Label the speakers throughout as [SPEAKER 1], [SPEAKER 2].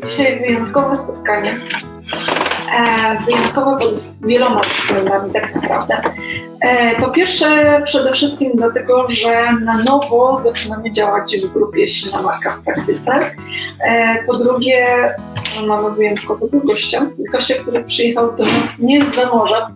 [SPEAKER 1] dzisiaj wyjątkowe spotkanie. Wyjątkowe pod wieloma względami tak naprawdę. Po pierwsze, przede wszystkim dlatego, że na nowo zaczynamy działać w grupie Silna Marka w Praktyce. Po drugie, mamy wyjątkowego gościa, który przyjechał do nas nie zza morza.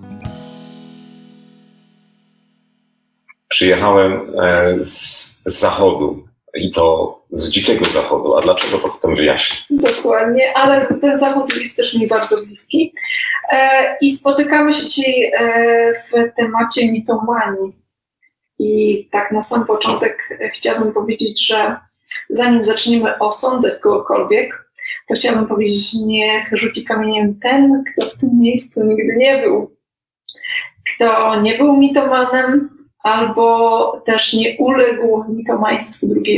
[SPEAKER 2] Przyjechałem z zachodu i to z dzikiego zachodu. A dlaczego, to potem wyjaśnię.
[SPEAKER 1] Dokładnie, ale ten zachód jest też mi bardzo bliski. I spotykamy się dzisiaj w temacie mitomanii. I tak na sam początek chciałabym powiedzieć, że zanim zaczniemy osądzać kogokolwiek, to chciałabym powiedzieć, niech rzuci kamieniem ten, kto w tym miejscu nigdy nie był. Kto nie był mitomanem, albo też nie uległ mitomaństwu drugiej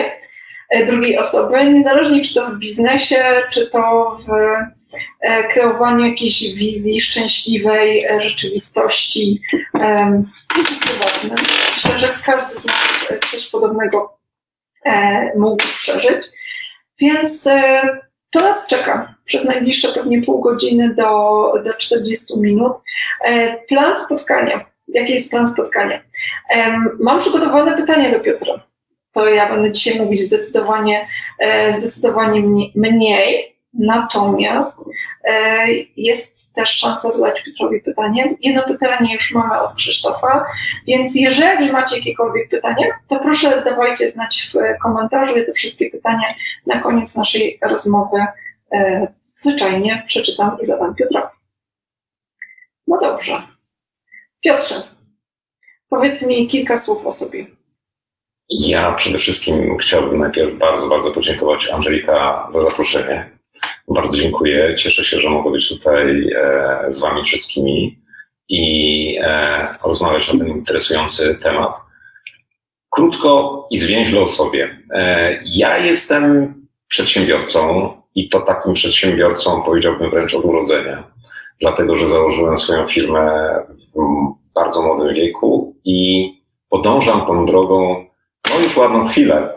[SPEAKER 1] osoby, niezależnie czy to w biznesie, czy to w kreowaniu jakiejś wizji szczęśliwej rzeczywistości prywatnej. Myślę, że każdy z nas coś podobnego mógł przeżyć. Więc to nas czeka przez najbliższe pewnie pół godziny do 40 minut. Plan spotkania. Jaki jest plan spotkania? Mam przygotowane pytania do Piotra. To ja będę dzisiaj mówić zdecydowanie mniej, natomiast jest też szansa zadać Piotrowi pytanie. Jedno pytanie już mamy od Krzysztofa, więc jeżeli macie jakiekolwiek pytania, to proszę dawajcie znać w komentarzu. Ja te wszystkie pytania na koniec naszej rozmowy zwyczajnie przeczytam i zadam Piotrowi. No dobrze. Piotrze, powiedz mi kilka słów o sobie.
[SPEAKER 2] Ja przede wszystkim chciałbym najpierw bardzo podziękować Angelika za zaproszenie. Bardzo dziękuję. Cieszę się, że mogę być tutaj z wami wszystkimi i rozmawiać na ten interesujący temat. Krótko i zwięźle o sobie. Ja jestem przedsiębiorcą i to takim przedsiębiorcą powiedziałbym wręcz od urodzenia. Dlatego, że założyłem swoją firmę w bardzo młodym wieku i podążam tą drogą już ładną chwilę,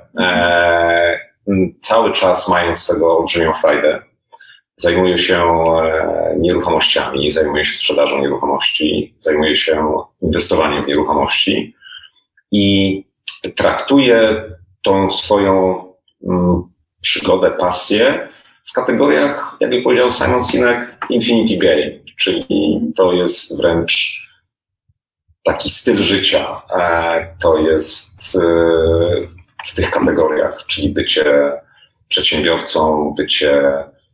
[SPEAKER 2] cały czas mając z tego olbrzymią frajdę. Zajmuję się nieruchomościami, zajmuję się sprzedażą nieruchomości, zajmuję się inwestowaniem w nieruchomości i traktuję tą swoją przygodę, pasję w kategoriach, jak powiedział Simon Sinek, Infinity Game, czyli to jest wręcz taki styl życia. To jest w tych kategoriach, czyli bycie przedsiębiorcą, bycie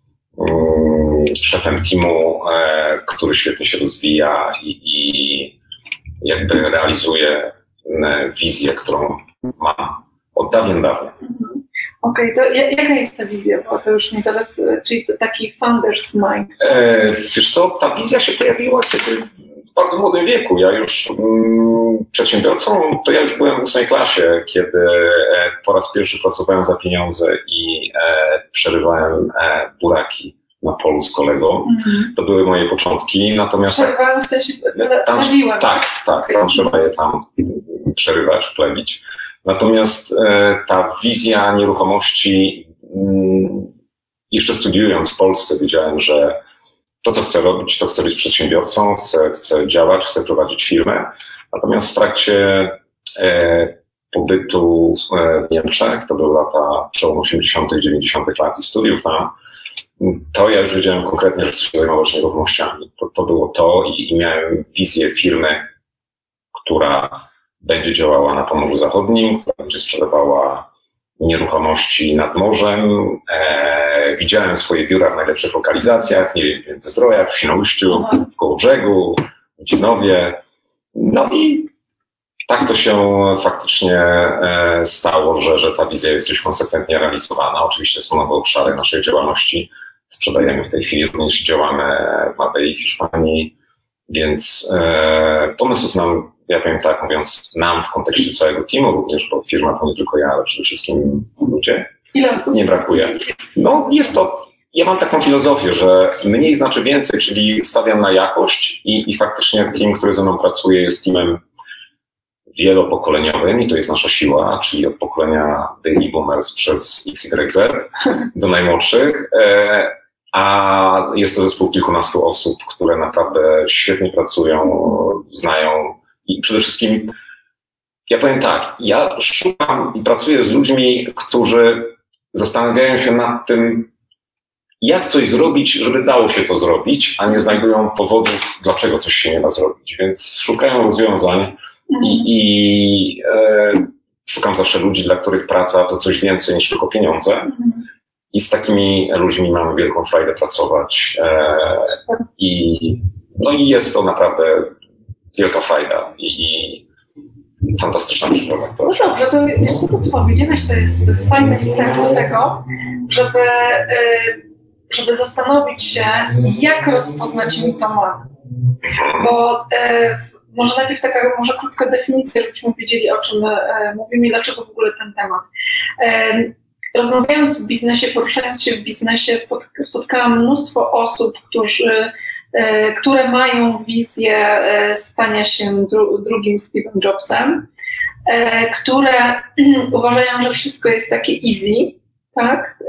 [SPEAKER 2] szefem teamu, który świetnie się rozwija i jakby realizuje wizję, którą mam od dawien dawna.
[SPEAKER 1] Okej, to jaka jest ta wizja? Bo to już mnie teraz, czyli to taki founder's mind.
[SPEAKER 2] Wiesz co, ta wizja się pojawiła kiedy w bardzo młodym wieku. Ja już przedsiębiorcą, to ja już byłem w 8 klasie, kiedy po raz pierwszy pracowałem za pieniądze i przerywałem buraki na polu z kolegą. To były moje początki, natomiast...
[SPEAKER 1] Przerywałem w sensie plewiłem.
[SPEAKER 2] Tak, tam trzeba je tam przerywać, plewić. Natomiast ta wizja nieruchomości, jeszcze studiując w Polsce, wiedziałem, że to, co chcę robić, to chcę być przedsiębiorcą, chcę działać, chcę prowadzić firmę. Natomiast w trakcie pobytu w Niemczech, to były lata przełom 80., 90. lat i studiów tam, to ja już wiedziałem konkretnie, że chcę się zajmować nieruchomościami. To było to i miałem wizję firmy, która będzie działała na Pomorzu Zachodnim, która będzie sprzedawała nieruchomości nad morzem. Widziałem swoje biura w najlepszych lokalizacjach, nie wiem, w Międzyzdrojach, w Świnoujściu, w Kołobrzegu, w Dzinowie. No i tak to się faktycznie stało, że ta wizja jest dość konsekwentnie realizowana. Oczywiście są nowe obszary naszej działalności. Sprzedajemy w tej chwili, również działamy w Marbei, w Hiszpanii, więc pomysłów nam, ja powiem tak, mówiąc nam w kontekście całego teamu również, bo firma to nie tylko ja, ale przede wszystkim ludzie.
[SPEAKER 1] Ile osób
[SPEAKER 2] nie brakuje? No jest to, ja mam taką filozofię, że mniej znaczy więcej, czyli stawiam na jakość i faktycznie team, który ze mną pracuje, jest teamem wielopokoleniowym i to jest nasza siła, czyli od pokolenia Baby Boomers przez XYZ do najmłodszych, a jest to zespół kilkunastu osób, które naprawdę świetnie pracują, znają i przede wszystkim ja powiem tak, ja szukam i pracuję z ludźmi, którzy zastanawiają się nad tym, jak coś zrobić, żeby dało się to zrobić, a nie znajdują powodów, dlaczego coś się nie da zrobić. Więc szukają rozwiązań i szukam zawsze ludzi, dla których praca to coś więcej niż tylko pieniądze. I z takimi ludźmi mamy wielką frajdę pracować. I jest to naprawdę wielka frajda i fantastyczna przygoda.
[SPEAKER 1] No dobrze, to wiesz, to co powiedziałeś, to jest fajny wstęp do tego, żeby zastanowić się, jak rozpoznać mitomana. Bo może najpierw może krótka definicja, żebyśmy wiedzieli, o czym mówimy i dlaczego w ogóle ten temat. Rozmawiając w biznesie, poruszając się w biznesie, spotkałam mnóstwo osób, które mają wizję stania się drugim Steve'em Jobsem, które uważają, że wszystko jest takie easy, tak?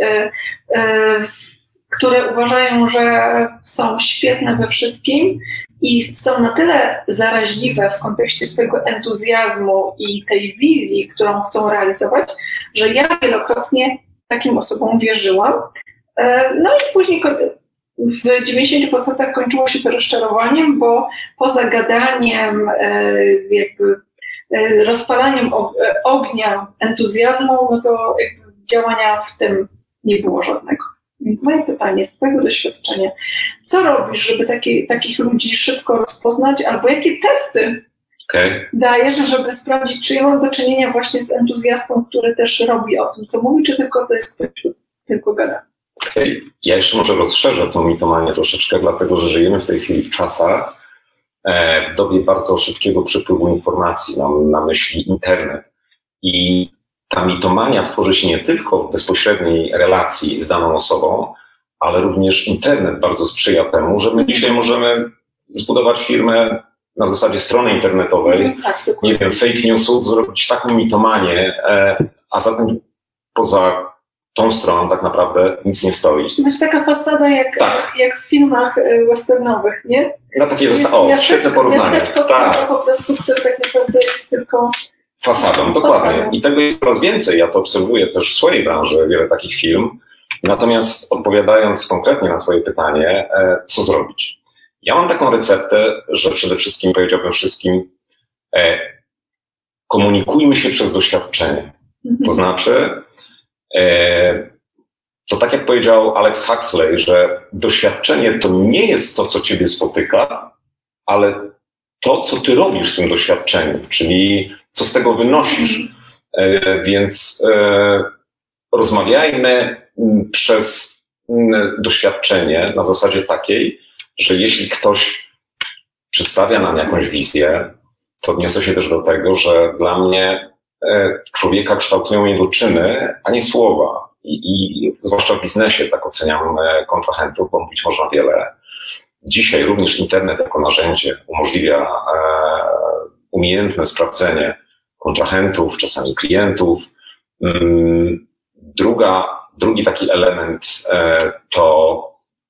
[SPEAKER 1] Które uważają, że są świetne we wszystkim i są na tyle zaraźliwe w kontekście swojego entuzjazmu i tej wizji, którą chcą realizować, że ja wielokrotnie takim osobom wierzyłam. No i później w 90% kończyło się to rozczarowaniem, bo poza gadaniem, jakby rozpalaniem ognia entuzjazmu, no to jakby działania w tym nie było żadnego. Więc moje pytanie z twojego doświadczenia, co robisz, żeby takich ludzi szybko rozpoznać, albo jakie testy dajesz, żeby sprawdzić, czy ja mam do czynienia właśnie z entuzjastą, który też robi o tym, co mówi, czy tylko to jest ktoś, kto tylko gada?
[SPEAKER 2] Ja jeszcze może rozszerzę tą mitomanię troszeczkę, dlatego że żyjemy w tej chwili w czasach, w dobie bardzo szybkiego przepływu informacji, mam na myśli internet. I ta mitomania tworzy się nie tylko w bezpośredniej relacji z daną osobą, ale również internet bardzo sprzyja temu, że my dzisiaj możemy zbudować firmę na zasadzie strony internetowej, nie wiem, fake newsów, zrobić taką mitomanię, a zatem poza tą stroną tak naprawdę nic nie stoi.
[SPEAKER 1] To jest taka fasada jak w filmach westernowych, nie?
[SPEAKER 2] Na takie zasady, świetne porównanie.
[SPEAKER 1] Miasteczko, po prostu, które tak naprawdę jest tylko
[SPEAKER 2] fasadą, dokładnie. I tego jest coraz więcej. Ja to obserwuję też w swojej branży, wiele takich firm. Natomiast odpowiadając konkretnie na twoje pytanie, co zrobić? Ja mam taką receptę, że przede wszystkim powiedziałbym wszystkim, komunikujmy się przez doświadczenie. To znaczy, to tak jak powiedział Alex Huxley, że doświadczenie to nie jest to, co ciebie spotyka, ale to, co ty robisz w tym doświadczeniu, czyli co z tego wynosisz. Więc rozmawiajmy przez doświadczenie na zasadzie takiej, że jeśli ktoś przedstawia nam jakąś wizję, to odniosę się też do tego, że dla mnie człowieka kształtują jego czyny, a nie słowa. I zwłaszcza w biznesie tak oceniam kontrahentów, bo mówić można wiele. Dzisiaj również internet jako narzędzie umożliwia umiejętne sprawdzenie kontrahentów, czasami klientów. Drugi taki element to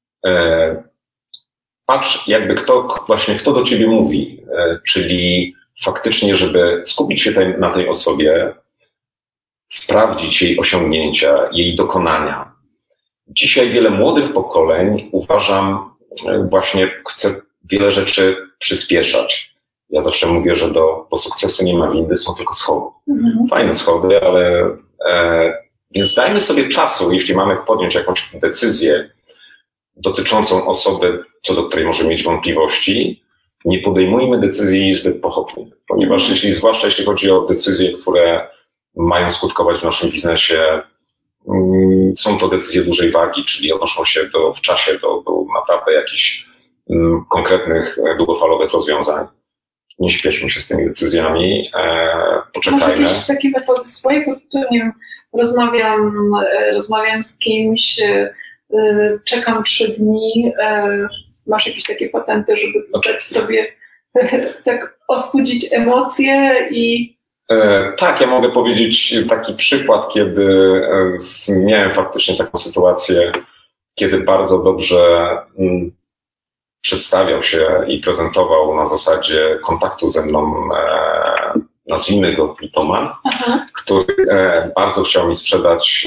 [SPEAKER 2] patrz jakby kto do ciebie mówi, czyli faktycznie, żeby skupić się na tej osobie, sprawdzić jej osiągnięcia, jej dokonania. Dzisiaj wiele młodych pokoleń, uważam, właśnie chce wiele rzeczy przyspieszać. Ja zawsze mówię, że do sukcesu nie ma windy, są tylko schody. Fajne schody, ale więc dajmy sobie czasu, jeśli mamy podjąć jakąś decyzję dotyczącą osoby, co do której możemy mieć wątpliwości, nie podejmujmy decyzji zbyt pochopnie, ponieważ zwłaszcza jeśli chodzi o decyzje, które mają skutkować w naszym biznesie, są to decyzje dużej wagi, czyli odnoszą się w czasie do naprawdę jakichś konkretnych, długofalowych rozwiązań. Nie śpieszmy się z tymi decyzjami, poczekajmy.
[SPEAKER 1] Masz jakieś takie metody swoje, bo tu nie wiem, rozmawiam z kimś, czekam 3 dni, masz jakieś takie patenty, żeby dać sobie tak ostudzić emocje i...
[SPEAKER 2] Tak, ja mogę powiedzieć taki przykład, kiedy miałem faktycznie taką sytuację, kiedy bardzo dobrze przedstawiał się i prezentował na zasadzie kontaktu ze mną, nazwijmy go Plitoman, który bardzo chciał mi sprzedać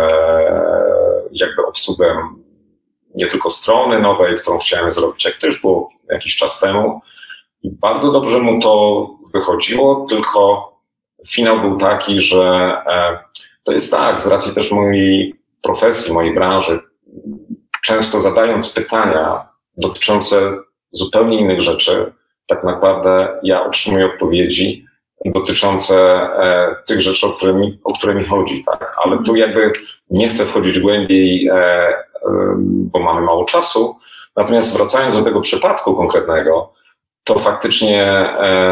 [SPEAKER 2] jakby obsługę nie tylko strony nowej, którą chciałem zrobić, jak to już było jakiś czas temu. I bardzo dobrze mu to wychodziło, tylko finał był taki, że to jest tak, z racji też mojej profesji, mojej branży, często zadając pytania dotyczące zupełnie innych rzeczy, tak naprawdę ja otrzymuję odpowiedzi dotyczące tych rzeczy, o które mi chodzi, tak? Ale tu jakby nie chcę wchodzić głębiej, bo mamy mało czasu. Natomiast wracając do tego przypadku konkretnego, to faktycznie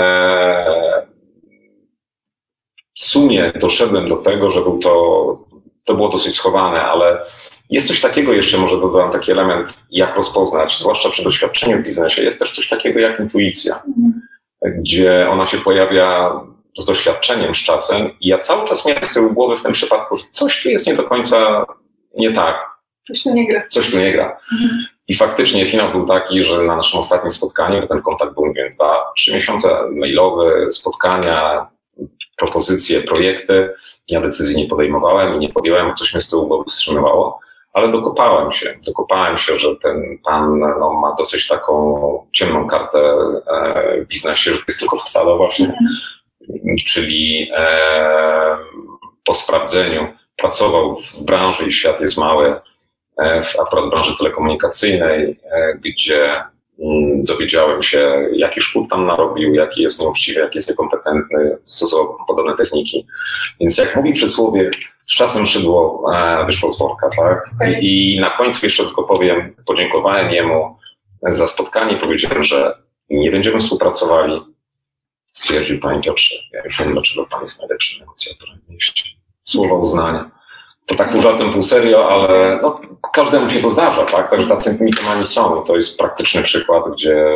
[SPEAKER 2] w sumie doszedłem do tego, że to było dosyć schowane, ale jest coś takiego, jeszcze może dodam taki element, jak rozpoznać, zwłaszcza przy doświadczeniu w biznesie, jest też coś takiego jak intuicja, gdzie ona się pojawia z doświadczeniem, z czasem i ja cały czas miałem z tyłu głowy w tym przypadku, że coś tu jest nie do końca nie tak.
[SPEAKER 1] Coś tu nie gra.
[SPEAKER 2] Coś tu nie gra. I faktycznie finał był taki, że na naszym ostatnim spotkaniu, ten kontakt był, nie wiem, 2-3 miesiące mailowe, spotkania, propozycje, projekty. Ja decyzji nie podejmowałem i nie podjąłem, bo coś mnie z tyłu głowy wstrzymywało, ale dokopałem się, że ten pan ma dosyć taką ciemną kartę w biznesie, że jest tylko fasada właśnie, czyli po sprawdzeniu pracował w branży i świat jest mały, akurat w branży telekomunikacyjnej, gdzie dowiedziałem się, jaki szkód tam narobił, jaki jest nieuczciwy, jaki jest niekompetentny, stosował podobne techniki. Więc jak mówi przysłowie, z czasem szydło wyszło z worka, tak?
[SPEAKER 1] Okay.
[SPEAKER 2] I na końcu jeszcze tylko powiem, podziękowałem jemu za spotkanie, powiedziałem, że nie będziemy współpracowali. Stwierdził: panie Piotrze, ja już nie wiem, dlaczego pan jest najlepszym negocjatorem w mieście. Słowa uznania. To tak pół żartem, pół serio, ale no, każdemu się to zdarza, tak? Także tacy mitomani są. To jest praktyczny przykład, gdzie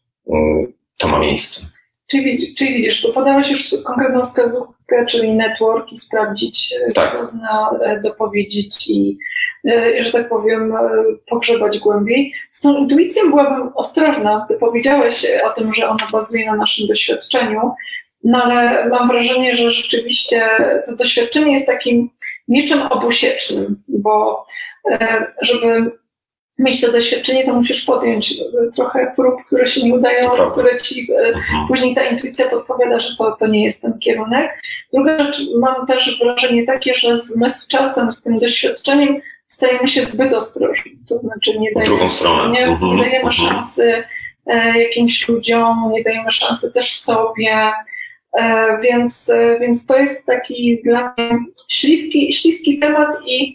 [SPEAKER 2] to ma miejsce.
[SPEAKER 1] Czyli widzisz, tu podałeś już konkretną wskazówkę, czyli network i sprawdzić,
[SPEAKER 2] tak.
[SPEAKER 1] kto zna, dopowiedzieć i, że tak powiem, pogrzebać głębiej. Z tą intuicją byłabym ostrożna. Ty powiedziałeś o tym, że ona bazuje na naszym doświadczeniu, no ale mam wrażenie, że rzeczywiście to doświadczenie jest takim mieczem obusiecznym, bo żeby mieć to doświadczenie, to musisz podjąć trochę prób, które się nie udają, które ci później ta intuicja podpowiada, że to nie jest ten kierunek. Druga rzecz, mam też wrażenie takie, że my z czasem, z tym doświadczeniem stajemy się zbyt ostrożni. To znaczy nie dajemy szansy jakimś ludziom, nie dajemy szansy też sobie. Więc to jest taki dla mnie śliski temat i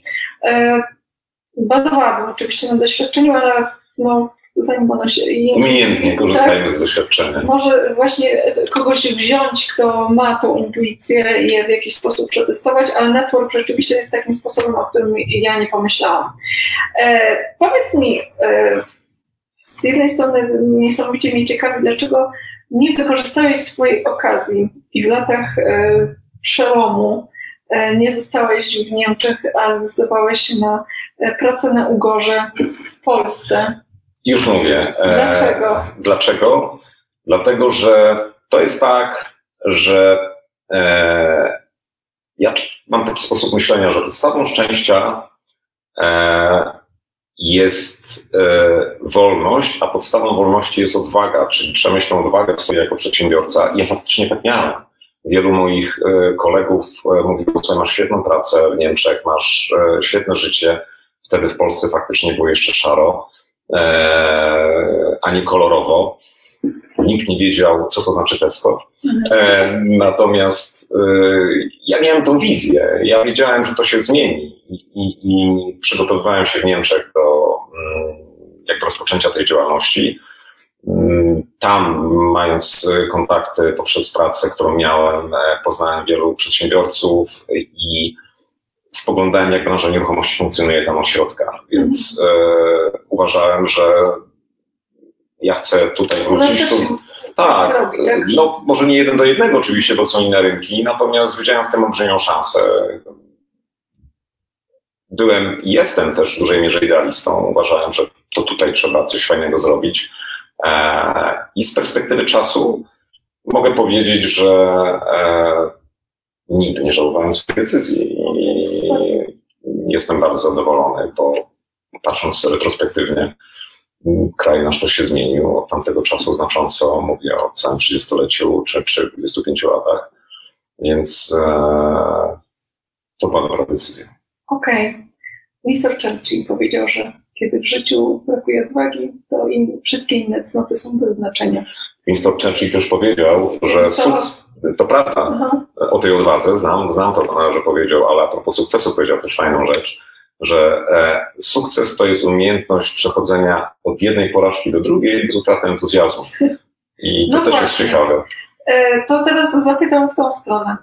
[SPEAKER 1] bazowałabym oczywiście na doświadczeniu, ale no, zanim ono się...
[SPEAKER 2] Umiejętnie korzystajmy z doświadczenia.
[SPEAKER 1] Może właśnie kogoś wziąć, kto ma tą intuicję i je w jakiś sposób przetestować, ale network rzeczywiście jest takim sposobem, o którym ja nie pomyślałam. Powiedz mi, z jednej strony niesamowicie mnie ciekawi, dlaczego nie wykorzystałeś swojej okazji i w latach przełomu nie zostałeś w Niemczech, a zdecydowałeś się na pracę na Ugorze w Polsce.
[SPEAKER 2] Już mówię.
[SPEAKER 1] Dlaczego?
[SPEAKER 2] Dlaczego? Dlatego, że to jest tak, że ja mam taki sposób myślenia, że podstawą szczęścia jest wolność, a podstawą wolności jest odwaga, czyli trzeba mieć tą odwagę w sobie jako przedsiębiorca. Ja faktycznie tak miałem. Wielu moich kolegów mówiło: słuchaj, masz świetną pracę w Niemczech, masz świetne życie. Wtedy w Polsce faktycznie było jeszcze szaro, a nie kolorowo. Nikt nie wiedział, co to znaczy Tesco. Natomiast ja miałem tą wizję. Ja wiedziałem, że to się zmieni i przygotowywałem się w Niemczech do jakby rozpoczęcia tej działalności. Tam, mając kontakty poprzez pracę, którą miałem, poznałem wielu przedsiębiorców i spoglądałem, jak branża nieruchomości funkcjonuje tam od środka, więc uważałem, że ja chcę tutaj wrócić. Tak,
[SPEAKER 1] zrobi, tak?
[SPEAKER 2] no może nie 1 do 1 oczywiście, bo są inne rynki, natomiast widziałem w tym olbrzymią szansę. Byłem i jestem też w dużej mierze idealistą. Uważałem, że to tutaj trzeba coś fajnego zrobić. I z perspektywy czasu mogę powiedzieć, że nigdy nie żałowałem swojej decyzji i jestem bardzo zadowolony, bo patrząc retrospektywnie, kraj nasz też się zmienił od tamtego czasu znacząco, mówię o całym 30-leciu czy 25 latach, więc to była dobra decyzja.
[SPEAKER 1] Okej. Winston Churchill powiedział, że kiedy w życiu brakuje odwagi, to wszystkie inne cnoty są bez znaczenia.
[SPEAKER 2] Winston Churchill też powiedział, że sukces, to prawda,
[SPEAKER 1] Aha.
[SPEAKER 2] o tej odwadze, znam to, że powiedział, ale a propos sukcesu powiedział też fajną rzecz, że sukces to jest umiejętność przechodzenia od jednej porażki do drugiej bez utraty entuzjazmu. I to
[SPEAKER 1] No
[SPEAKER 2] też
[SPEAKER 1] właśnie.
[SPEAKER 2] jest ciekawe.
[SPEAKER 1] To teraz zapytam w tą stronę.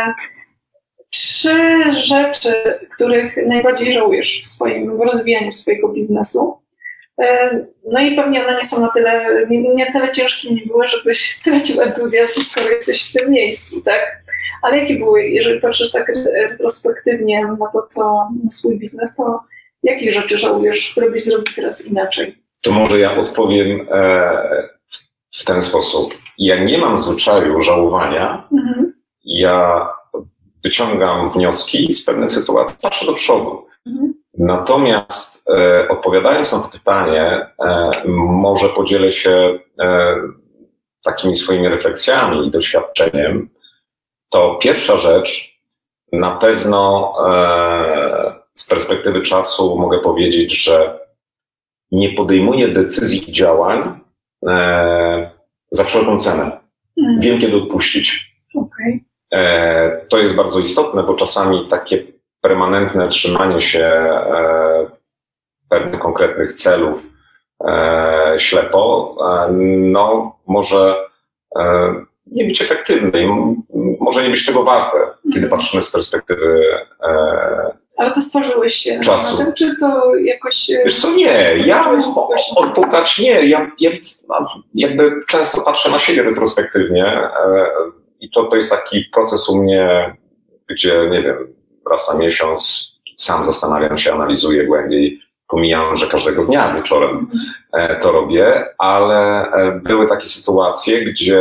[SPEAKER 1] 3 rzeczy, których najbardziej żałujesz w rozwijaniu swojego biznesu. No i pewnie one nie są na tyle, nie tyle ciężkie nie były, żebyś stracił entuzjazm, skoro jesteś w tym miejscu, tak? Ale jakie były, jeżeli patrzysz tak retrospektywnie na to, na swój biznes, to jakich rzeczy żałujesz, które byś zrobił teraz inaczej?
[SPEAKER 2] To może ja odpowiem w ten sposób. Ja nie mam zwyczaju żałowania. Ja wyciągam wnioski z pewnych sytuacji, patrzę do przodu. Natomiast odpowiadając na to pytanie, może podzielę się takimi swoimi refleksjami i doświadczeniem. To pierwsza rzecz, na pewno z perspektywy czasu mogę powiedzieć, że nie podejmuję decyzji i działań za wszelką cenę. Wiem, kiedy odpuścić.
[SPEAKER 1] Okay.
[SPEAKER 2] To jest bardzo istotne, bo czasami takie permanentne trzymanie się pewnych konkretnych celów ślepo, no może nie być efektywne i może nie być tego warte, kiedy patrzymy z perspektywy
[SPEAKER 1] Ale to stworzyłeś się
[SPEAKER 2] czasu.
[SPEAKER 1] na tym, czy to jakoś...
[SPEAKER 2] Wiesz co, nie, ja odpukać nie, ja jakby często patrzę na siebie retrospektywnie i to jest taki proces u mnie, gdzie nie wiem, raz na miesiąc sam zastanawiam się, analizuję głębiej, pomijam, że każdego dnia wieczorem to robię, ale były takie sytuacje, gdzie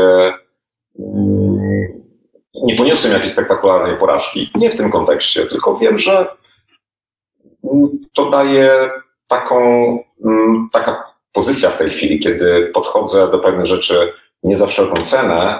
[SPEAKER 2] nie poniosłem jakiejś spektakularnej porażki. Nie w tym kontekście, tylko wiem, że to daje taka pozycja w tej chwili, kiedy podchodzę do pewnych rzeczy nie za wszelką cenę,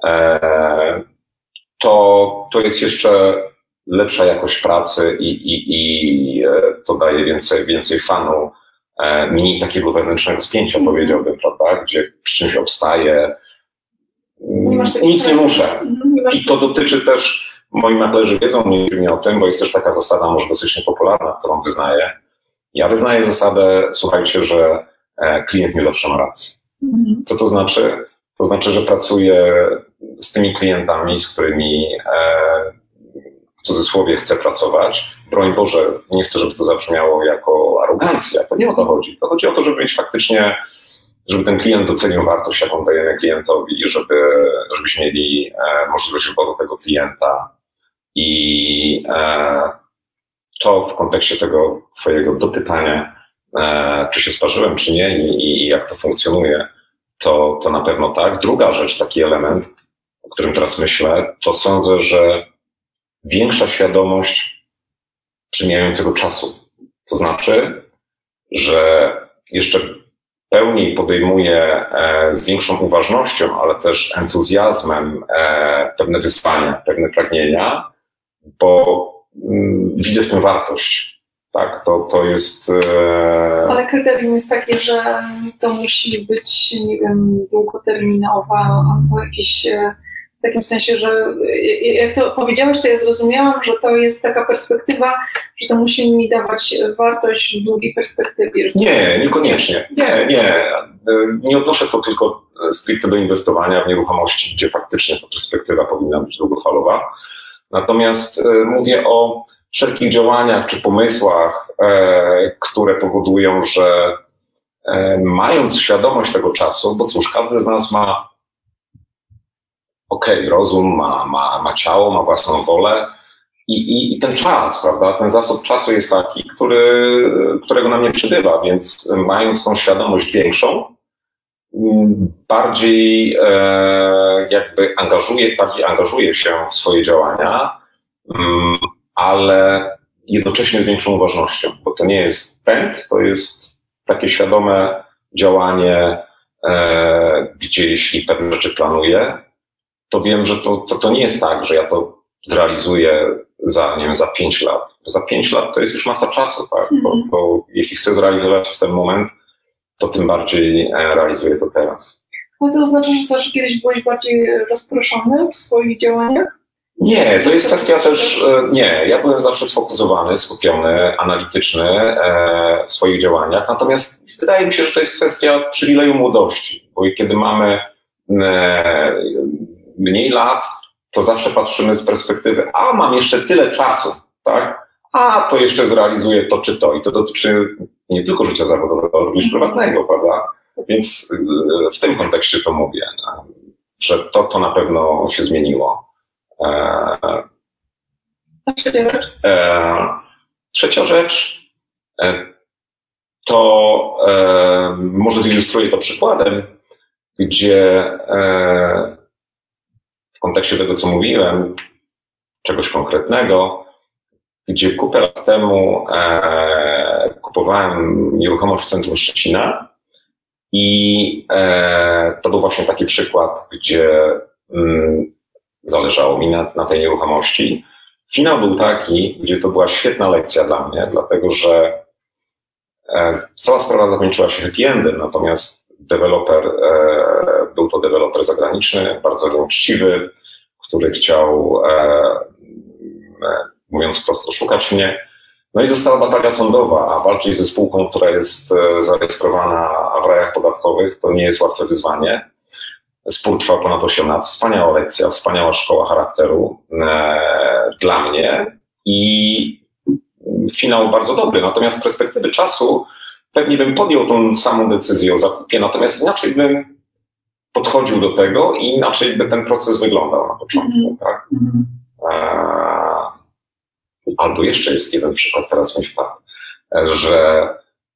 [SPEAKER 2] to jest jeszcze lepsza jakość pracy i to daje więcej fanu, mniej takiego wewnętrznego spięcia, powiedziałbym, prawda, gdzie przy czymś obstaję, nic nie muszę. I to dotyczy też, moi maklerzy wiedzą mnie o tym, bo jest też taka zasada, może dosyć niepopularna, którą wyznaję. Ja wyznaję zasadę, słuchajcie, że klient nie zawsze ma rację. Co to znaczy? To znaczy, że pracuję z tymi klientami, z którymi w cudzysłowie chcę pracować. Broń Boże, nie chcę, żeby to zabrzmiało jako arogancja. To nie o to chodzi. To chodzi o to, żeby mieć faktycznie, żeby ten klient docenił wartość, jaką dajemy klientowi i żebyśmy mieli możliwość wyboru tego klienta. I to w kontekście tego twojego dopytania, czy się sparzyłem, czy nie i jak to funkcjonuje, to na pewno tak. Druga rzecz, taki element, o którym teraz myślę, to sądzę, że większa świadomość przemijającego czasu. To znaczy, że jeszcze pełniej podejmuję z większą uważnością, ale też entuzjazmem pewne wyzwania, pewne pragnienia, bo widzę w tym wartość. Tak, to jest...
[SPEAKER 1] Ale kryterium jest takie, że to musi być, nie wiem, długoterminowa albo jakieś... W takim sensie, że jak to powiedziałeś, to ja zrozumiałam, że to jest taka perspektywa, że to musi mi dawać wartość w długiej perspektywie.
[SPEAKER 2] Nie, niekoniecznie. Nie odnoszę to tylko stricte do inwestowania w nieruchomości, gdzie faktycznie ta perspektywa powinna być długofalowa. Natomiast mówię o wszelkich działaniach czy pomysłach, które powodują, że mając świadomość tego czasu, bo cóż, każdy z nas ma rozum, ma ciało, ma własną wolę i ten czas, prawda, ten zasób czasu jest taki, którego nam nie przybywa, więc mając tą świadomość większą, bardziej bardziej angażuje się w swoje działania, ale jednocześnie z większą uważnością, bo to nie jest pęd, to jest takie świadome działanie, gdzie jeśli pewne rzeczy planuję, to wiem, że to nie jest tak, że ja to zrealizuję za 5 lat. Za 5 lat to jest już masa czasu, tak? Bo jeśli chcę zrealizować w ten moment, to tym bardziej realizuję to teraz.
[SPEAKER 1] No to oznacza, że kiedyś byłeś bardziej rozproszony w swoich działaniach?
[SPEAKER 2] Nie, to jest kwestia też, ja byłem zawsze sfokusowany, skupiony, analityczny w swoich działaniach, natomiast wydaje mi się, że to jest kwestia przywileju młodości, bo kiedy mamy mniej lat, to zawsze patrzymy z perspektywy, mam jeszcze tyle czasu, tak? To jeszcze zrealizuję to czy to. I to dotyczy nie tylko życia zawodowego, ale również prywatnego, prawda? Więc w tym kontekście to mówię, że to na pewno się zmieniło.
[SPEAKER 1] A trzecia rzecz?
[SPEAKER 2] Trzecia rzecz to może zilustruję to przykładem, gdzie w kontekście tego, co mówiłem, czegoś konkretnego, gdzie kupę lat temu kupowałem nieruchomość w centrum Szczecina i to był właśnie taki przykład, gdzie zależało mi na tej nieruchomości. Finał był taki, gdzie to była świetna lekcja dla mnie, dlatego że cała sprawa zakończyła się happy endem, natomiast był to deweloper zagraniczny, bardzo nieuczciwy, który chciał, mówiąc prosto, szukać mnie. No i została batalia sądowa, a walczyć ze spółką, która jest zarejestrowana w rajach podatkowych, to nie jest łatwe wyzwanie. Spór trwał ponad 8 lat. Wspaniała lekcja, wspaniała szkoła charakteru dla mnie i finał bardzo dobry. Natomiast z perspektywy czasu pewnie bym podjął tą samą decyzję o zakupie, natomiast inaczej bym podchodził do tego i inaczej by ten proces wyglądał na początku. Tak? Albo jeszcze jest jeden przykład, teraz mi wpadł, że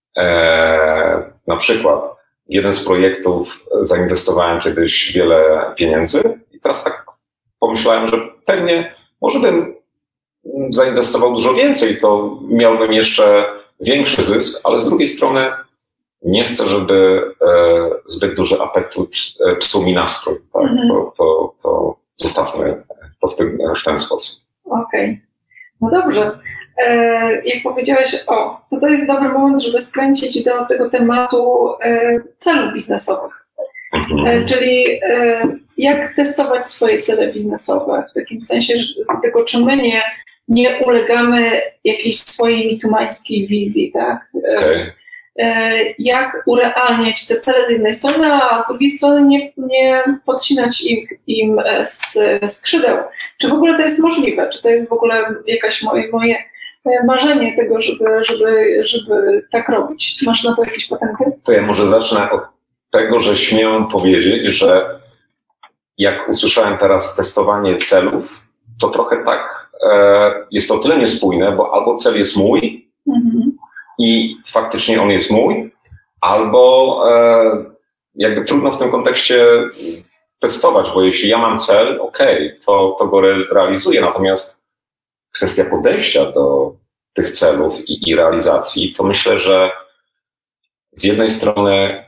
[SPEAKER 2] na przykład w jeden z projektów zainwestowałem kiedyś wiele pieniędzy i teraz tak pomyślałem, że pewnie może bym zainwestował dużo więcej, to miałbym jeszcze większy zysk, ale z drugiej strony nie chcę, żeby zbyt duży apetyt psuł mi nastrój. Tak? To zostawmy to w ten sposób.
[SPEAKER 1] Okej. No dobrze. Jak powiedziałeś, to jest dobry moment, żeby skręcić do tego tematu celów biznesowych. Czyli jak testować swoje cele biznesowe, w takim sensie tego, czy my nie ulegamy jakiejś swojej mitumańskiej wizji, tak?
[SPEAKER 2] Okay.
[SPEAKER 1] Jak urealniać te cele z jednej strony, a z drugiej strony nie podcinać im skrzydeł. Czy w ogóle to jest możliwe? Czy to jest w ogóle jakaś moje marzenie tego, żeby tak robić? Masz na to jakieś patenty?
[SPEAKER 2] To ja może zacznę od tego, że śmiem powiedzieć, że jak usłyszałem teraz testowanie celów, to trochę tak jest to tyle niespójne, bo albo cel jest mój i faktycznie on jest mój, albo jakby trudno w tym kontekście testować, bo jeśli ja mam cel, to go realizuję, natomiast kwestia podejścia do tych celów i realizacji, to myślę, że z jednej strony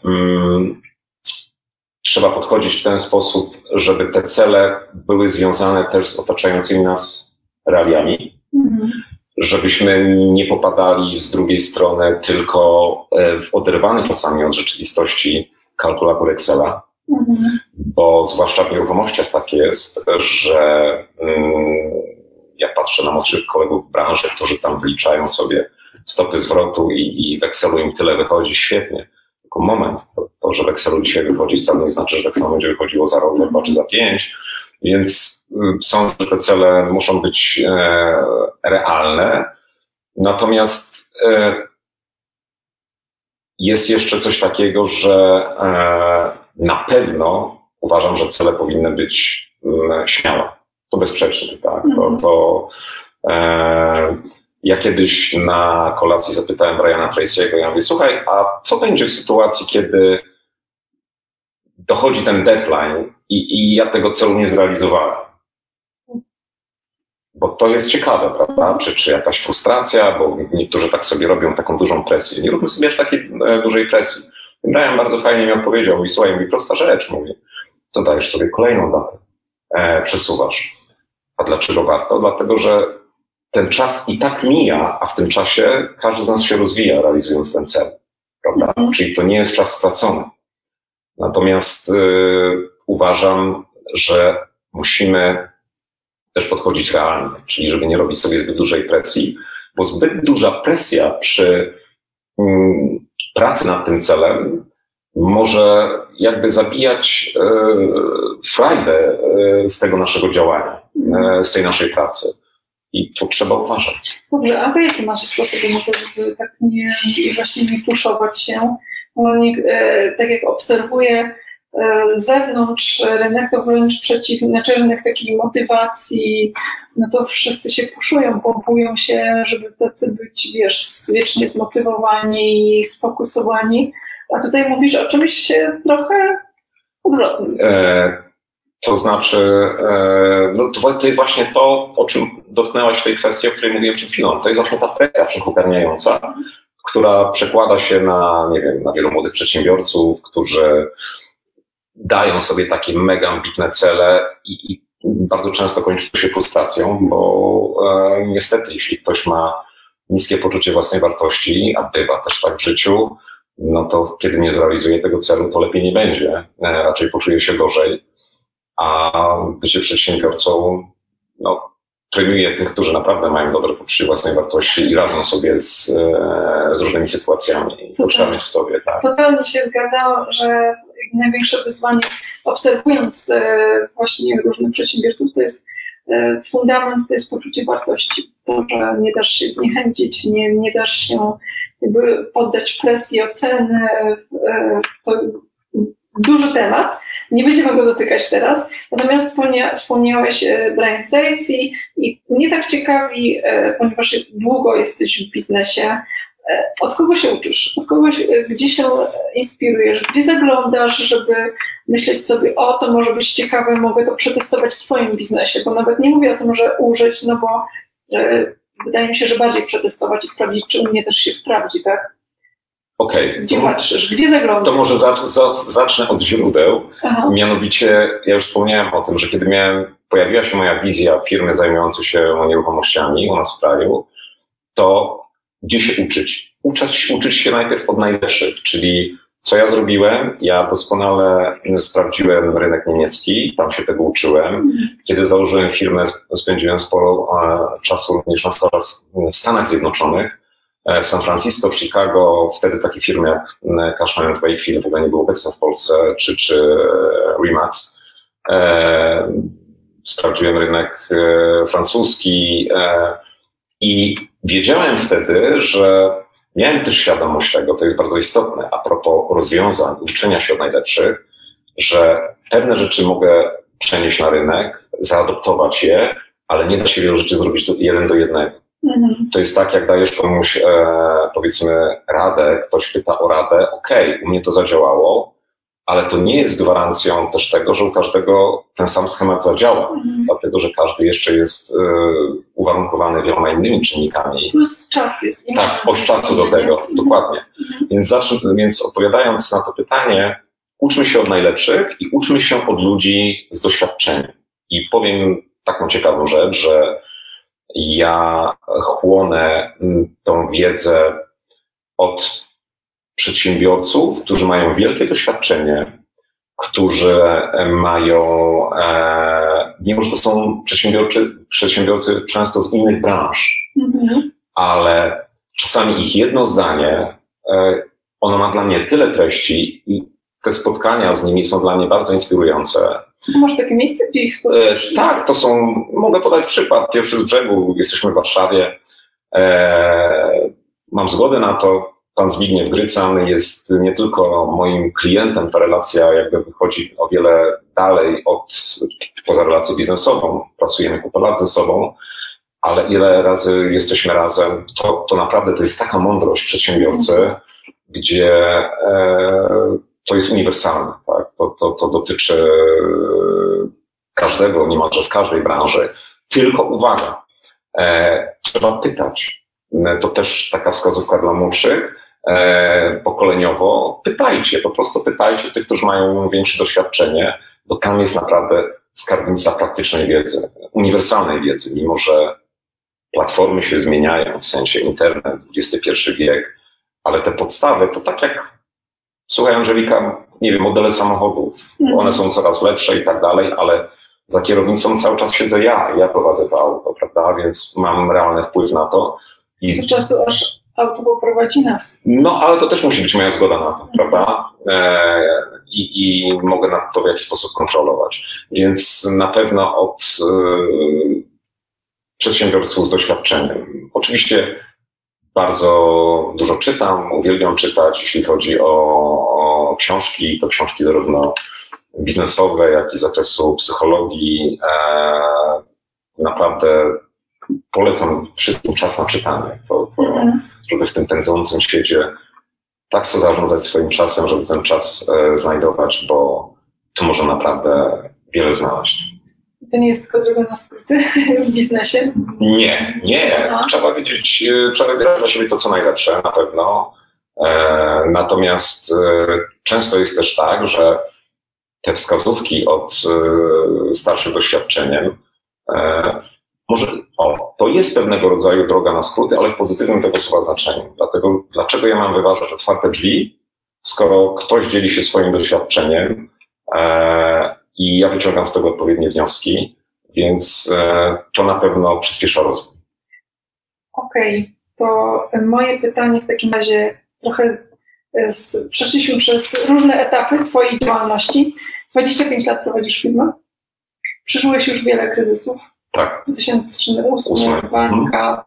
[SPEAKER 2] trzeba podchodzić w ten sposób, żeby te cele były związane też z otaczającymi nas realiami, żebyśmy nie popadali z drugiej strony tylko w oderwany czasami od rzeczywistości kalkulator Excela, bo zwłaszcza w nieruchomościach tak jest, że ja patrzę na młodszych kolegów w branży, którzy tam wliczają sobie stopy zwrotu i w Excelu im tyle wychodzi, świetnie. Tylko moment, to, że w Excelu dzisiaj wychodzi, wcale nie znaczy, że tak samo będzie wychodziło za rok, za 2 czy za 5, więc sądzę, że te cele muszą być realne. Natomiast jest jeszcze coś takiego, że na pewno uważam, że cele powinny być śmiała. To bezsprzecznie, tak. Ja kiedyś na kolacji zapytałem Briana Tracy'ego, ja mówię, słuchaj, a co będzie w sytuacji, kiedy dochodzi ten deadline i ja tego celu nie zrealizowałem? Bo to jest ciekawe, prawda? Czy jakaś frustracja, bo niektórzy tak sobie robią taką dużą presję. Nie róbmy sobie aż takiej dużej presji. Brian bardzo fajnie mi odpowiedział, mówi, słuchaj, mówi, prosta rzecz, mówi, to dajesz sobie kolejną datę, przesuwasz. A dlaczego warto? Dlatego, że ten czas i tak mija, a w tym czasie każdy z nas się rozwija, realizując ten cel, prawda? Czyli to nie jest czas stracony. Natomiast uważam, że musimy też podchodzić realnie, czyli żeby nie robić sobie zbyt dużej presji, bo zbyt duża presja przy pracy nad tym celem może jakby zabijać frajdę z tego naszego działania, z tej naszej pracy. I tu trzeba uważać.
[SPEAKER 1] Dobrze, a to jakie masz sposoby na to, żeby tak nie puszować się? Bo tak jak obserwuję z zewnątrz rynek, to wręcz przeciwnie, znaczy rynek takiej motywacji, no to wszyscy się puszują, pompują się, żeby tacy być, wiesz, wiecznie zmotywowani i sfokusowani. A tutaj mówisz o czymś trochę odwrotnym.
[SPEAKER 2] To znaczy, no to jest właśnie to, o czym dotknęłaś w tej kwestii, o której mówiłem przed chwilą. To jest właśnie ta presja wszechogarniająca, która przekłada się na, nie wiem, na wielu młodych przedsiębiorców, którzy dają sobie takie mega ambitne cele i bardzo często kończy to się frustracją, bo niestety, jeśli ktoś ma niskie poczucie własnej wartości, a bywa też tak w życiu, no to kiedy nie zrealizuje tego celu, to lepiej nie będzie, raczej poczuje się gorzej. A bycie przedsiębiorcą, no, premiuje tych, którzy naprawdę mają dobre poczucie własnej wartości i radzą sobie z różnymi sytuacjami. To trzeba mieć w sobie. Tak?
[SPEAKER 1] Totalnie się zgadzam, że największe wyzwanie, obserwując właśnie różnych przedsiębiorców, to jest fundament, to jest poczucie wartości. To, że nie dasz się zniechęcić, nie dasz się jakby poddać presji oceny, to duży temat. Nie będziemy go dotykać teraz. Natomiast wspomniałeś Brian Tracy i mnie tak ciekawi, ponieważ długo jesteś w biznesie, od kogo się uczysz? Od kogoś, gdzie się inspirujesz? Gdzie zaglądasz, żeby myśleć sobie, o, to może być ciekawe, mogę to przetestować w swoim biznesie, bo nawet nie mówię o tym, że użyć, no bo wydaje mi się, że bardziej przetestować i sprawdzić, czy u mnie też się sprawdzi, tak?
[SPEAKER 2] Okay.
[SPEAKER 1] Gdzie patrzysz? Gdzie zaglądasz?
[SPEAKER 2] To może zacznę od źródeł. Aha. Mianowicie, ja już wspomniałem o tym, że kiedy pojawiła się moja wizja firmy zajmującej się nieruchomościami u nas w kraju, to gdzie się uczyć? Uczyć się najpierw od najlepszych, czyli co ja zrobiłem? Ja doskonale sprawdziłem rynek niemiecki, tam się tego uczyłem. Kiedy założyłem firmę, spędziłem sporo czasu również w Stanach Zjednoczonych, w San Francisco, w Chicago, wtedy takie firmy jak Cushman & Wakefield w ogóle nie były obecne w Polsce, czy Remax. Sprawdziłem rynek francuski i wiedziałem wtedy, że miałem też świadomość tego, to jest bardzo istotne, a propos rozwiązań, uczenia się od najlepszych, że pewne rzeczy mogę przenieść na rynek, zaadoptować je, ale nie da się wielu rzeczy zrobić 1 do 1. To jest tak, jak dajesz komuś, powiedzmy, radę, ktoś pyta o radę, okej, u mnie to zadziałało, ale to nie jest gwarancją też tego, że u każdego ten sam schemat zadziała, dlatego że każdy jeszcze jest uwarunkowany wieloma innymi czynnikami.
[SPEAKER 1] Plus czas jest.
[SPEAKER 2] Tak, oś czasu do tego, dokładnie. Więc odpowiadając na to pytanie, uczmy się od najlepszych i uczmy się od ludzi z doświadczeniem. I powiem taką ciekawą rzecz, że ja chłonę tą wiedzę od przedsiębiorców, którzy mają wielkie doświadczenie, którzy mają, mimo że to są przedsiębiorcy często z innych branż, ale czasami ich jedno zdanie, ono ma dla mnie tyle treści i te spotkania z nimi są dla mnie bardzo inspirujące.
[SPEAKER 1] Masz takie miejsce, gdzie ich spotkasz?
[SPEAKER 2] Tak, to są, mogę podać przykład, pierwszy z brzegu, jesteśmy w Warszawie, mam zgodę na to, pan Zbigniew Grycan jest nie tylko moim klientem, ta relacja jakby wychodzi o wiele dalej od poza relacją biznesową, pracujemy kupę lat ze sobą, ale ile razy jesteśmy razem, to naprawdę to jest taka mądrość przedsiębiorcy, gdzie to jest uniwersalne. Tak? To dotyczy każdego, niemalże w każdej branży. Tylko uwaga, trzeba pytać. To też taka wskazówka dla młodszych. Pokoleniowo pytajcie, po prostu pytajcie tych, którzy mają większe doświadczenie, bo tam jest naprawdę skarbnica praktycznej wiedzy, uniwersalnej wiedzy, mimo że platformy się zmieniają, w sensie internet, XXI wiek, ale te podstawy to tak jak, słuchaj Angelika, nie wiem, modele samochodów, one są coraz lepsze i tak dalej, ale za kierownicą cały czas siedzę ja prowadzę to auto, prawda, więc mam realny wpływ na to.
[SPEAKER 1] I do czasu aż auto poprowadzi nas.
[SPEAKER 2] No, ale to też musi być moja zgoda na to, prawda? I mogę na to w jakiś sposób kontrolować. Więc na pewno od przedsiębiorców z doświadczeniem. Oczywiście bardzo dużo czytam, uwielbiam czytać, jeśli chodzi o książki, to książki zarówno biznesowe, jak i z zakresu psychologii. Naprawdę polecam wszystkim czas na czytanie, żeby w tym pędzącym świecie tak sobie zarządzać swoim czasem, żeby ten czas znajdować, bo tu można naprawdę wiele znaleźć.
[SPEAKER 1] To nie jest tylko droga na skróty w biznesie?
[SPEAKER 2] Nie. Trzeba wiedzieć, trzeba wybierać dla siebie to, co najlepsze, na pewno. Natomiast często jest też tak, że te wskazówki od starszych doświadczeniem to jest pewnego rodzaju droga na skróty, ale w pozytywnym tego słowa znaczeniu. Dlaczego ja mam wyważać otwarte drzwi, skoro ktoś dzieli się swoim doświadczeniem i ja wyciągam z tego odpowiednie wnioski, więc to na pewno przyspiesza rozwój.
[SPEAKER 1] Okej, to moje pytanie w takim razie trochę przeszliśmy przez różne etapy twojej działalności. 25 lat prowadzisz firmę. Przeżyłeś już wiele kryzysów.
[SPEAKER 2] Tak.
[SPEAKER 1] 2008, banka.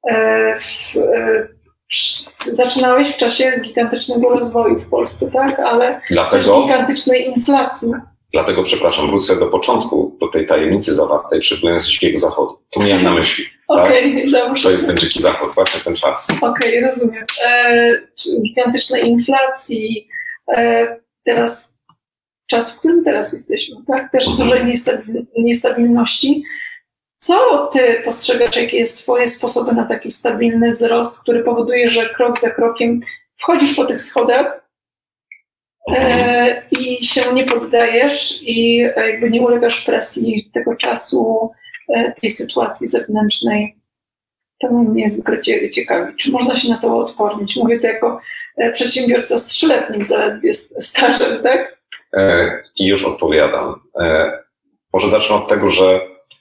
[SPEAKER 1] Zaczynałeś w czasie gigantycznego rozwoju w Polsce, tak? Ale też gigantycznej inflacji.
[SPEAKER 2] Dlatego, przepraszam, wrócę do początku, do tej tajemnicy zawartej, przybyłem z Dzikiego Zachodu. To miałem na myśli.
[SPEAKER 1] Okej, dobrze.
[SPEAKER 2] To jest ten Dziki Zachód, właśnie ten czas.
[SPEAKER 1] Okej, rozumiem. Gigantycznej inflacji. Teraz czas, w którym teraz jesteśmy, tak? Też dużej niestabilności. Co ty postrzegasz, jakie jest swoje sposoby na taki stabilny wzrost, który powoduje, że krok za krokiem wchodzisz po tych schodach i się nie poddajesz i jakby nie ulegasz presji tego czasu, tej sytuacji zewnętrznej? To mnie niezwykle ciekawi. Czy można się na to odpornić? Mówię to jako przedsiębiorca z 3-letnim zaledwie stażem, tak?
[SPEAKER 2] I już odpowiadam. Może zacznę od tego, że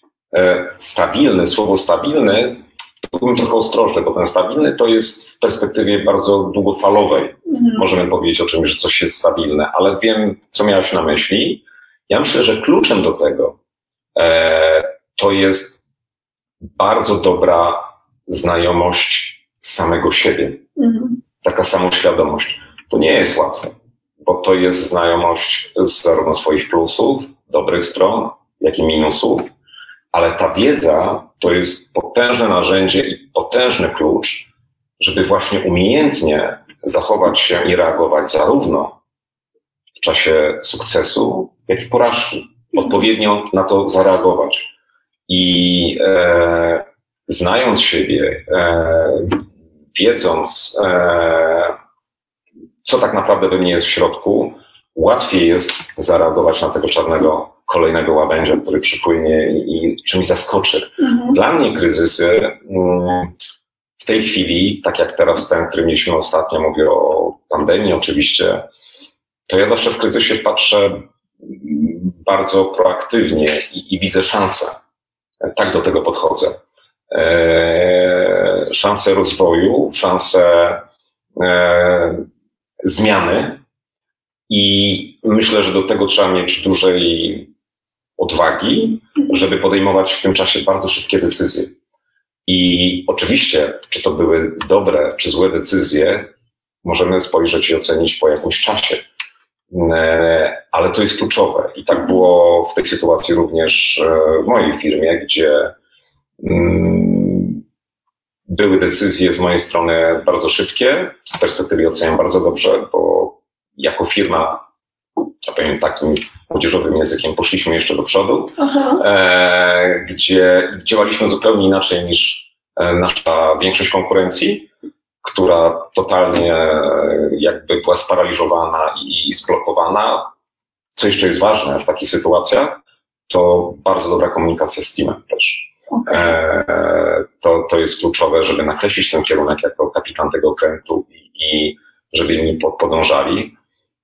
[SPEAKER 2] słowo stabilny, to byłem trochę ostrożny, bo ten stabilny to jest w perspektywie bardzo długofalowej. Możemy powiedzieć o czymś, że coś jest stabilne, ale wiem, co miałeś na myśli. Ja myślę, że kluczem do tego to jest bardzo dobra znajomość samego siebie. Taka samoświadomość. To nie jest łatwe, bo to jest znajomość zarówno swoich plusów, dobrych stron, jak i minusów, ale ta wiedza to jest potężne narzędzie i potężny klucz, żeby właśnie umiejętnie zachować się i reagować zarówno w czasie sukcesu, jak i porażki. Odpowiednio na to zareagować. I znając siebie, wiedząc, co tak naprawdę we mnie jest w środku, łatwiej jest zareagować na tego czarnego kolejnego łabędzia, który przypłynie i czymś zaskoczy. Dla mnie kryzysy w tej chwili, tak jak teraz ten, który mieliśmy ostatnio, mówię o pandemii oczywiście, to ja zawsze w kryzysie patrzę bardzo proaktywnie i widzę szansę. Tak do tego podchodzę. Szansę rozwoju, szansę zmiany i myślę, że do tego trzeba mieć dużej odwagi, żeby podejmować w tym czasie bardzo szybkie decyzje. I oczywiście, czy to były dobre, czy złe decyzje, możemy spojrzeć i ocenić po jakimś czasie. Ale to jest kluczowe i tak było w tej sytuacji również w mojej firmie, gdzie były decyzje z mojej strony bardzo szybkie, z perspektywy oceniam bardzo dobrze, bo jako firma, ja powiem takim młodzieżowym językiem, poszliśmy jeszcze do przodu, gdzie działaliśmy zupełnie inaczej niż nasza większość konkurencji, która totalnie jakby była sparaliżowana i zblokowana. Co jeszcze jest ważne w takich sytuacjach, to bardzo dobra komunikacja z teamem też. To jest kluczowe, żeby nakreślić ten kierunek jako kapitan tego okrętu i żeby inni podążali.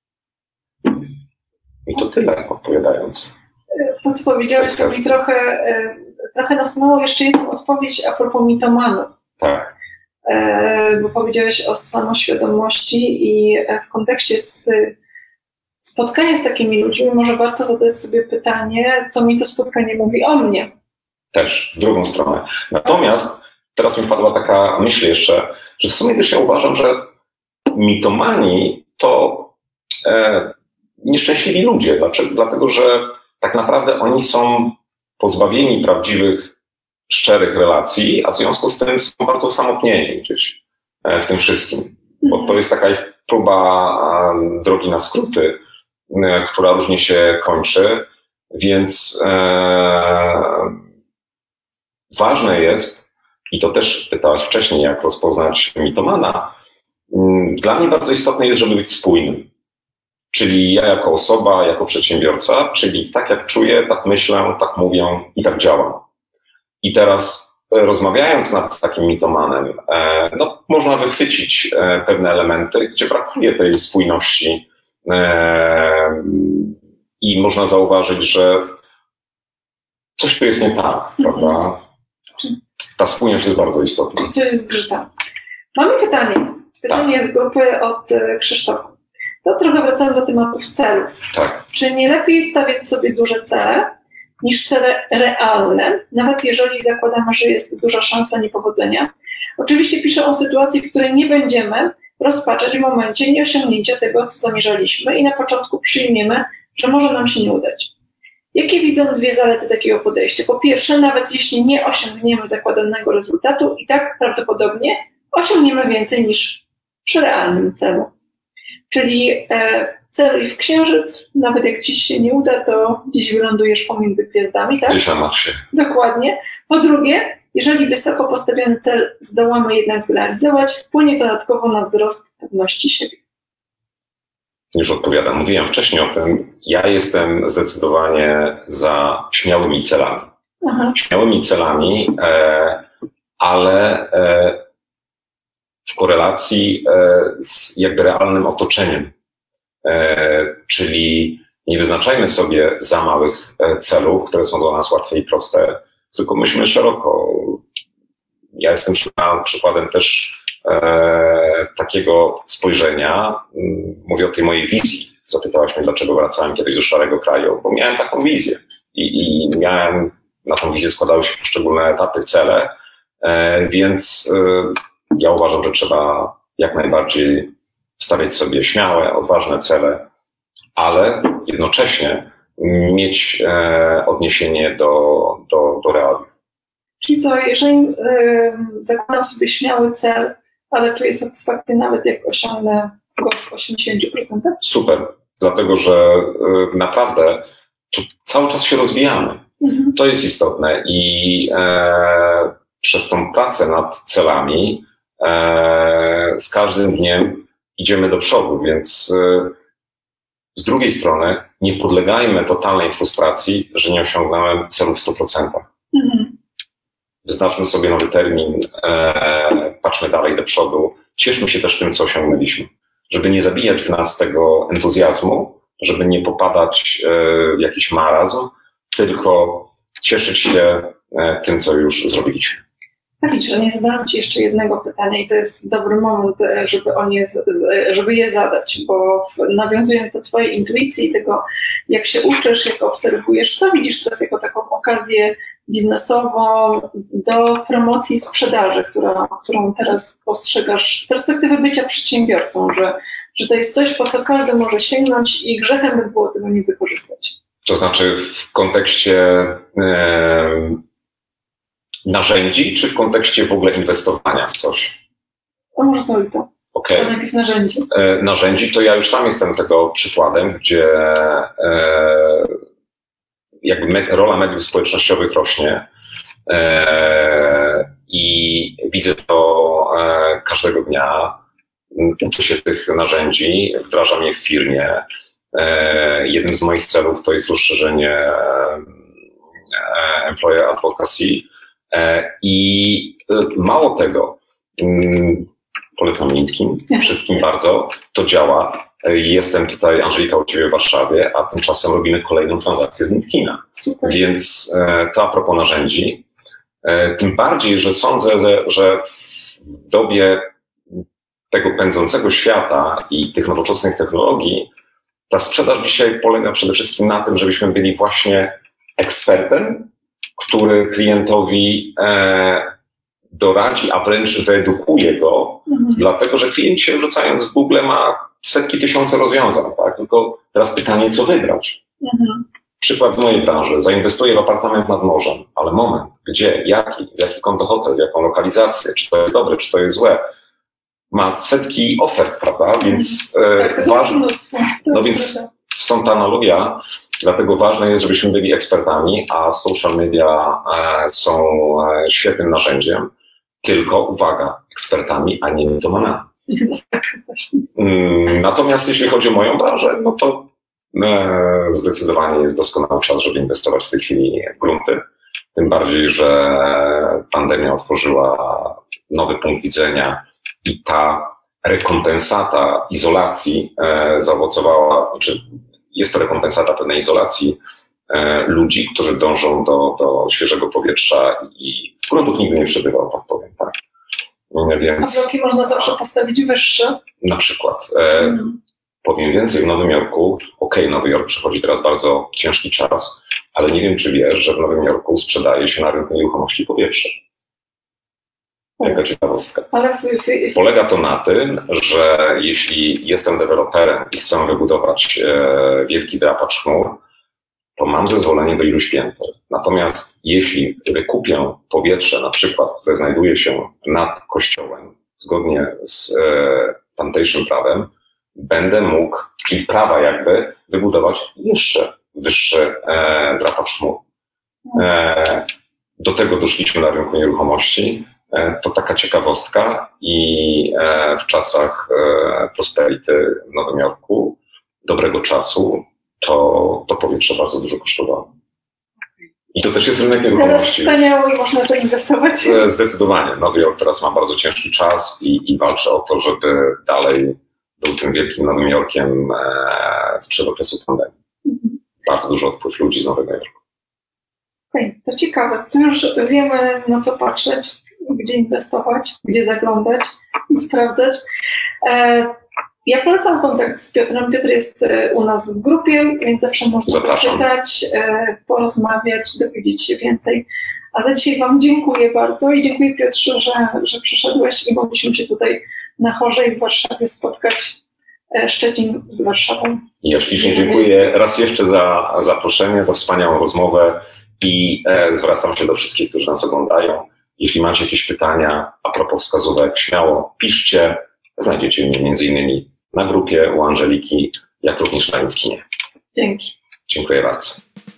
[SPEAKER 2] I to tyle, odpowiadając.
[SPEAKER 1] To, co powiedziałeś, to mi trochę nasunęło jeszcze jedną odpowiedź a propos mitomanów.
[SPEAKER 2] Tak.
[SPEAKER 1] Bo powiedziałeś o samoświadomości i w kontekście spotkania z takimi ludźmi może warto zadać sobie pytanie, co mi to spotkanie mówi o mnie.
[SPEAKER 2] Też, w drugą stronę. Natomiast teraz mi wpadła taka myśl jeszcze, że w sumie też ja uważam, że mitomani to nieszczęśliwi ludzie. Dlaczego? Dlatego, że tak naprawdę oni są pozbawieni prawdziwych, szczerych relacji, a w związku z tym są bardzo osamotnieni gdzieś w tym wszystkim. Bo to jest taka ich próba drogi na skróty, która różnie się kończy, więc ważne jest, i to też pytałaś wcześniej, jak rozpoznać mitomana, dla mnie bardzo istotne jest, żeby być spójnym. Czyli ja jako osoba, jako przedsiębiorca, czyli tak jak czuję, tak myślę, tak mówię i tak działam. I teraz rozmawiając z takim mitomanem, no, można wychwycić pewne elementy, gdzie brakuje tej spójności i można zauważyć, że coś tu jest nie tak, prawda? Ta spójność jest bardzo istotna.
[SPEAKER 1] Co jest zgrzyta. Mamy pytanie. Pytanie z grupy od Krzysztofa. To trochę wracamy do tematów celów.
[SPEAKER 2] Tak.
[SPEAKER 1] Czy nie lepiej stawiać sobie duże cele niż cele realne, nawet jeżeli zakładamy, że jest duża szansa niepowodzenia? Oczywiście piszę o sytuacji, w której nie będziemy rozpaczać w momencie nieosiągnięcia tego, co zamierzaliśmy i na początku przyjmiemy, że może nam się nie udać. Jakie widzę dwie zalety takiego podejścia? Po pierwsze, nawet jeśli nie osiągniemy zakładanego rezultatu, i tak prawdopodobnie osiągniemy więcej niż przy realnym celu. Czyli celuj w księżyc, nawet jak ci się nie uda, to gdzieś wylądujesz pomiędzy gwiazdami, tak?
[SPEAKER 2] Gdzieś na Marsie.
[SPEAKER 1] Dokładnie. Po drugie, jeżeli wysoko postawiony cel zdołamy jednak zrealizować, wpłynie to dodatkowo na wzrost pewności siebie.
[SPEAKER 2] Już odpowiadam. Mówiłem wcześniej o tym. Ja jestem zdecydowanie za śmiałymi celami.
[SPEAKER 1] Aha.
[SPEAKER 2] Śmiałymi celami, ale w korelacji z jakby realnym otoczeniem. Czyli nie wyznaczajmy sobie za małych celów, które są dla nas łatwe i proste, tylko myślmy szeroko. Ja jestem przykładem też takiego spojrzenia. Mówię o tej mojej wizji. Zapytałaś mnie, dlaczego wracałem kiedyś do Szarego Kraju, bo miałem taką wizję i miałem, na tą wizję składały się poszczególne etapy, cele, więc ja uważam, że trzeba jak najbardziej stawiać sobie śmiałe, odważne cele, ale jednocześnie mieć odniesienie do realiów.
[SPEAKER 1] Czyli co, jeżeli zakładam sobie śmiały cel, ale czuję satysfakcję nawet jak osiągnę go w 80%?
[SPEAKER 2] Super, dlatego że naprawdę tu cały czas się rozwijamy.
[SPEAKER 1] Mhm.
[SPEAKER 2] To jest istotne i przez tą pracę nad celami z każdym dniem idziemy do przodu, więc z drugiej strony nie podlegajmy totalnej frustracji, że nie osiągnąłem celu w 100%.
[SPEAKER 1] Mhm.
[SPEAKER 2] Wyznaczmy sobie nowy termin, patrzmy dalej do przodu, cieszmy się też tym, co osiągnęliśmy, żeby nie zabijać w nas tego entuzjazmu, żeby nie popadać w jakiś marazm, tylko cieszyć się tym, co już zrobiliśmy.
[SPEAKER 1] Widzisz, że nie zadałam Ci jeszcze jednego pytania i to jest dobry moment, żeby je zadać, bo nawiązując do Twojej intuicji, tego jak się uczysz, jak obserwujesz, co widzisz teraz jako taką okazję biznesową do promocji i sprzedaży, którą teraz postrzegasz z perspektywy bycia przedsiębiorcą, że to jest coś, po co każdy może sięgnąć i grzechem by było tego nie wykorzystać.
[SPEAKER 2] To znaczy w kontekście narzędzi, czy w kontekście w ogóle inwestowania w coś?
[SPEAKER 1] A może to i to.
[SPEAKER 2] Okay.
[SPEAKER 1] To najpierw narzędzi.
[SPEAKER 2] Narzędzi, to ja już sam jestem tego przykładem, gdzie jakby rola mediów społecznościowych rośnie i widzę to każdego dnia. Uczę się tych narzędzi, wdrażam je w firmie. Jednym z moich celów to jest rozszerzenie employer advocacy i mało tego, polecam LinkedIn wszystkim bardzo, to działa. Jestem tutaj, Angelika, u Ciebie w Warszawie, a tymczasem robimy kolejną transakcję z LinkedIna.
[SPEAKER 1] Super.
[SPEAKER 2] Więc to a propos narzędzi, tym bardziej, że sądzę, że w dobie tego pędzącego świata i tych nowoczesnych technologii, ta sprzedaż dzisiaj polega przede wszystkim na tym, żebyśmy byli właśnie ekspertem, który klientowi doradzi, a wręcz wyedukuje go, dlatego że klient się rzucając w Google ma setki tysiące rozwiązań, tak? Tylko teraz pytanie, co wybrać? Przykład z mojej branży. Zainwestuję w apartament nad morzem, ale moment, gdzie, jaki konto hotel, jaką lokalizację, czy to jest dobre, czy to jest złe. Ma setki ofert, prawda? Więc więc stąd ta analogia, dlatego ważne jest, żebyśmy byli ekspertami, a social media są świetnym narzędziem, tylko uwaga, ekspertami, a nie mitomanami. Natomiast jeśli chodzi o moją branżę, no to zdecydowanie jest doskonały czas, żeby inwestować w tej chwili w grunty. Tym bardziej, że pandemia otworzyła nowy punkt widzenia i ta rekompensata izolacji zaowocowała, czy jest to rekompensata pewnej izolacji ludzi, którzy dążą do świeżego powietrza i gruntów nigdy nie przebywał, tak powiem, tak. Więc
[SPEAKER 1] a bloki można zawsze postawić wyższe.
[SPEAKER 2] na przykład. Powiem więcej, w Nowym Jorku, Nowy Jork przechodzi teraz bardzo ciężki czas, ale nie wiem, czy wiesz, że w Nowym Jorku sprzedaje się na rynku nieruchomości powietrze. Jaka ciekawostka.
[SPEAKER 1] Ale
[SPEAKER 2] Polega to na tym, że jeśli jestem deweloperem i chcę wybudować wielki drapacz chmur, to mam zezwolenie do iluś pięter. Natomiast jeśli wykupię powietrze, na przykład, które znajduje się nad kościołem, zgodnie z tamtejszym prawem, będę mógł, czyli prawa jakby, wybudować jeszcze wyższy drapacz chmur. Do tego doszliśmy na rynku nieruchomości. To taka ciekawostka i w czasach prosperity w Nowym Jorku, dobrego czasu, to powietrze bardzo dużo kosztowało. I to też jest rynek
[SPEAKER 1] teraz
[SPEAKER 2] nieruchomości.
[SPEAKER 1] staniało i można zainwestować.
[SPEAKER 2] Zdecydowanie. Nowy Jork teraz ma bardzo ciężki czas i walczy o to, żeby dalej był tym wielkim Nowym Jorkiem sprzed okresu pandemii. Bardzo dużo odpływ ludzi z Nowego Jorku.
[SPEAKER 1] Okej, to ciekawe. To już wiemy, na co patrzeć, gdzie inwestować, gdzie zaglądać i sprawdzać. Ja polecam kontakt z Piotrem. Piotr jest u nas w grupie, więc zawsze można zapytać, porozmawiać, dowiedzieć się więcej. A za dzisiaj Wam dziękuję bardzo i dziękuję, Piotrze, że przyszedłeś i mogliśmy się tutaj na Chorzej w Warszawie spotkać. Szczecin z Warszawą.
[SPEAKER 2] Ja ślicznie dziękuję raz jeszcze za zaproszenie, za wspaniałą rozmowę i zwracam się do wszystkich, którzy nas oglądają. Jeśli macie jakieś pytania a propos wskazówek, śmiało piszcie. Znajdziecie mnie między innymi na grupie u Angeliki, jak również na LinkedInie.
[SPEAKER 1] Dzięki.
[SPEAKER 2] Dziękuję bardzo.